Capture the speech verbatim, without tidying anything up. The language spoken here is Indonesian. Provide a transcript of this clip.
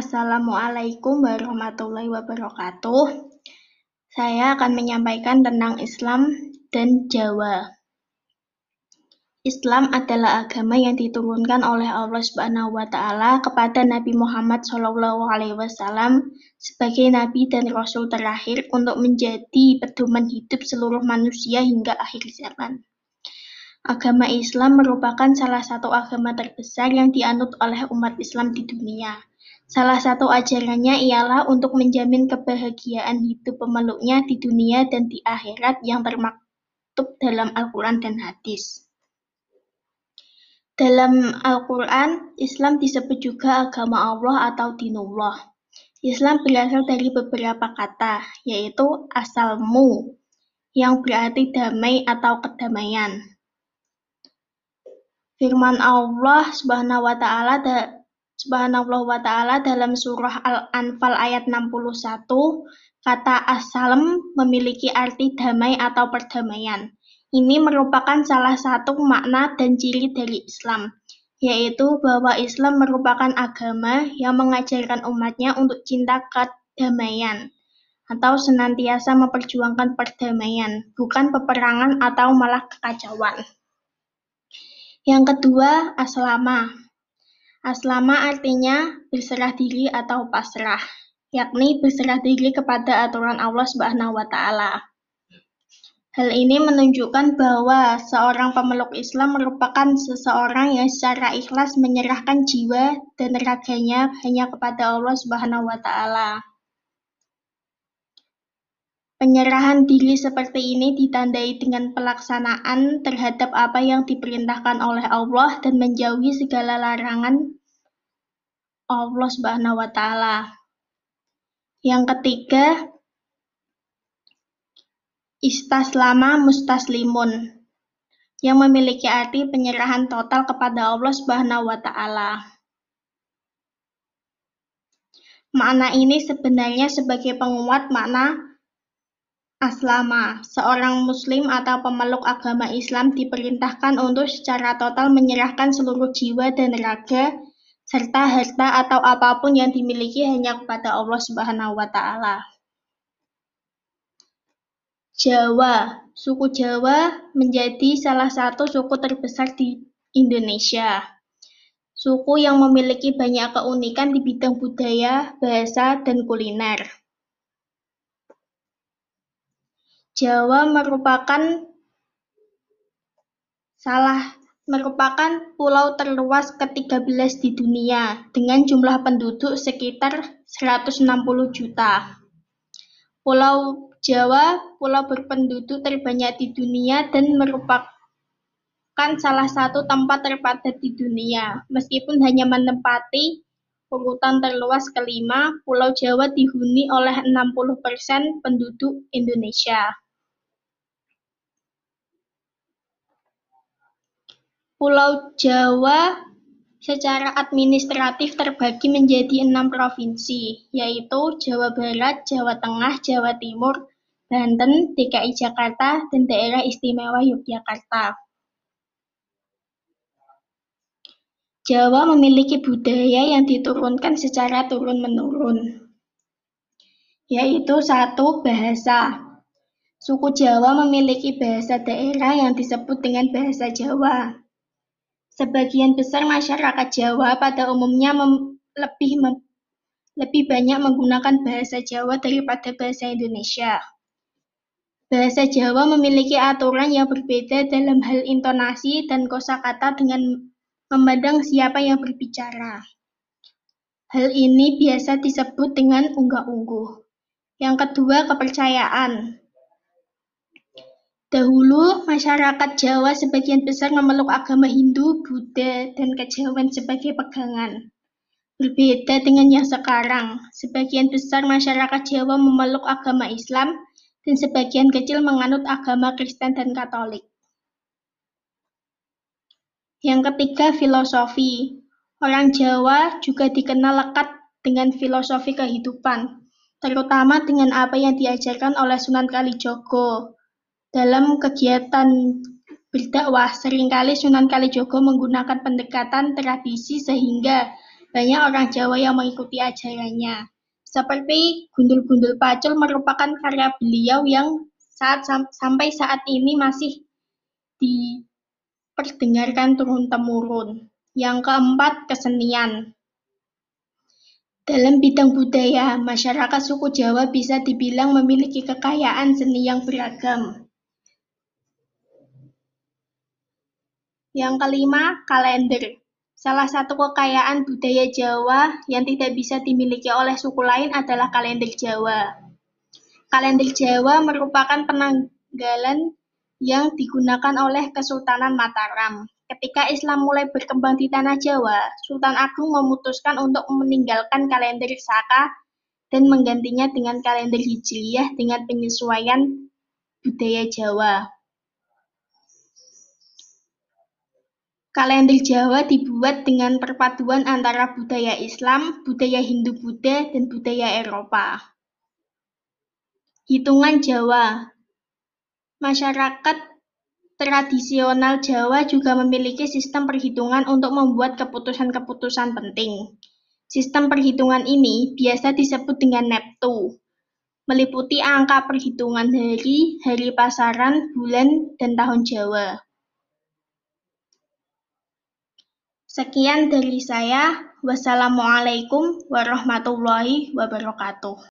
Assalamualaikum warahmatullahi wabarakatuh. Saya akan menyampaikan tentang Islam dan Jawa. Islam adalah agama yang diturunkan oleh Allah Subhanahu wa Ta'ala kepada Nabi Muhammad shallallahu alaihi wasallam sebagai Nabi dan Rasul terakhir untuk menjadi pedoman hidup seluruh manusia hingga akhir zaman. Agama Islam merupakan salah satu agama terbesar yang dianut oleh umat Islam di dunia. Salah satu ajarannya ialah untuk menjamin kebahagiaan hidup pemeluknya di dunia dan di akhirat yang termaktub dalam Al-Quran dan hadis. Dalam Al-Quran, Islam disebut juga agama Allah atau dinullah. Islam berasal dari beberapa kata, yaitu asalmu, yang berarti damai atau kedamaian. Firman Allah Subhanahu wa Ta'ala da, Subhanahu wa Ta'ala dalam surah Al-Anfal ayat enam puluh satu, kata as-salam memiliki arti damai atau perdamaian. Ini merupakan salah satu makna dan ciri dari Islam, yaitu bahwa Islam merupakan agama yang mengajarkan umatnya untuk cinta kedamaian atau senantiasa memperjuangkan perdamaian, bukan peperangan atau malah kekacauan. Yang kedua, aslama. Aslama artinya berserah diri atau pasrah, yakni berserah diri kepada aturan Allah Subhanahu wa Ta'ala. Hal ini menunjukkan bahwa seorang pemeluk Islam merupakan seseorang yang secara ikhlas menyerahkan jiwa dan raganya hanya kepada Allah Subhanahu wa Ta'ala. Penyerahan diri seperti ini ditandai dengan pelaksanaan terhadap apa yang diperintahkan oleh Allah dan menjauhi segala larangan Allah Subhanahu wa Ta'ala. Yang ketiga, istaslama mustaslimun, yang memiliki arti penyerahan total kepada Allah Subhanahu wa Ta'ala. Makna ini sebenarnya sebagai penguat makna aslama. Seorang muslim atau pemeluk agama Islam diperintahkan untuk secara total menyerahkan seluruh jiwa dan raga serta harta atau apapun yang dimiliki hanya kepada Allah Subhanahu wa Ta'ala. Jawa. Suku Jawa menjadi salah satu suku terbesar di Indonesia. Suku yang memiliki banyak keunikan di bidang budaya, bahasa, dan kuliner. Jawa merupakan salah merupakan pulau terluas ke tiga belas di dunia dengan jumlah penduduk sekitar seratus enam puluh juta. Pulau Jawa pulau berpenduduk terbanyak di dunia dan merupakan salah satu tempat terpadat di dunia. Meskipun hanya menempati urutan terluas kelima, Pulau Jawa dihuni oleh enam puluh persen penduduk Indonesia. Pulau Jawa secara administratif terbagi menjadi enam provinsi, yaitu Jawa Barat, Jawa Tengah, Jawa Timur, Banten, D K I Jakarta, dan Daerah Istimewa Yogyakarta. Jawa memiliki budaya yang diturunkan secara turun-menurun, yaitu satu, bahasa. Suku Jawa memiliki bahasa daerah yang disebut dengan bahasa Jawa. Sebagian besar masyarakat Jawa pada umumnya mem, lebih, mem, lebih banyak menggunakan bahasa Jawa daripada bahasa Indonesia. Bahasa Jawa memiliki aturan yang berbeda dalam hal intonasi dan kosakata dengan memandang siapa yang berbicara. Hal ini biasa disebut dengan unggah-ungguh. Yang kedua, kepercayaan. Dahulu, masyarakat Jawa sebagian besar memeluk agama Hindu, Buddha, dan kejawen sebagai pegangan. Berbeda dengan yang sekarang, sebagian besar masyarakat Jawa memeluk agama Islam dan sebagian kecil menganut agama Kristen dan Katolik. Yang ketiga, filosofi. Orang Jawa juga dikenal lekat dengan filosofi kehidupan, terutama dengan apa yang diajarkan oleh Sunan Kalijogo. Dalam kegiatan berdakwah, seringkali Sunan Kalijogo menggunakan pendekatan tradisi sehingga banyak orang Jawa yang mengikuti ajarannya. Seperti Gundul-Gundul Pacul merupakan karya beliau yang saat sam- sampai saat ini masih diperdengarkan turun-temurun. Yang keempat, kesenian. Dalam bidang budaya, masyarakat suku Jawa bisa dibilang memiliki kekayaan seni yang beragam. Yang kelima, kalender. Salah satu kekayaan budaya Jawa yang tidak bisa dimiliki oleh suku lain adalah kalender Jawa. Kalender Jawa merupakan penanggalan yang digunakan oleh Kesultanan Mataram. Ketika Islam mulai berkembang di tanah Jawa, Sultan Agung memutuskan untuk meninggalkan kalender Saka dan menggantinya dengan kalender Hijriyah dengan penyesuaian budaya Jawa. Kalender Jawa dibuat dengan perpaduan antara budaya Islam, budaya Hindu-Buddha, dan budaya Eropa. Hitungan Jawa. Masyarakat tradisional Jawa juga memiliki sistem perhitungan untuk membuat keputusan-keputusan penting. Sistem perhitungan ini biasa disebut dengan neptu, meliputi angka perhitungan hari, hari pasaran, bulan, dan tahun Jawa. Sekian dari saya. Wassalamualaikum warahmatullahi wabarakatuh.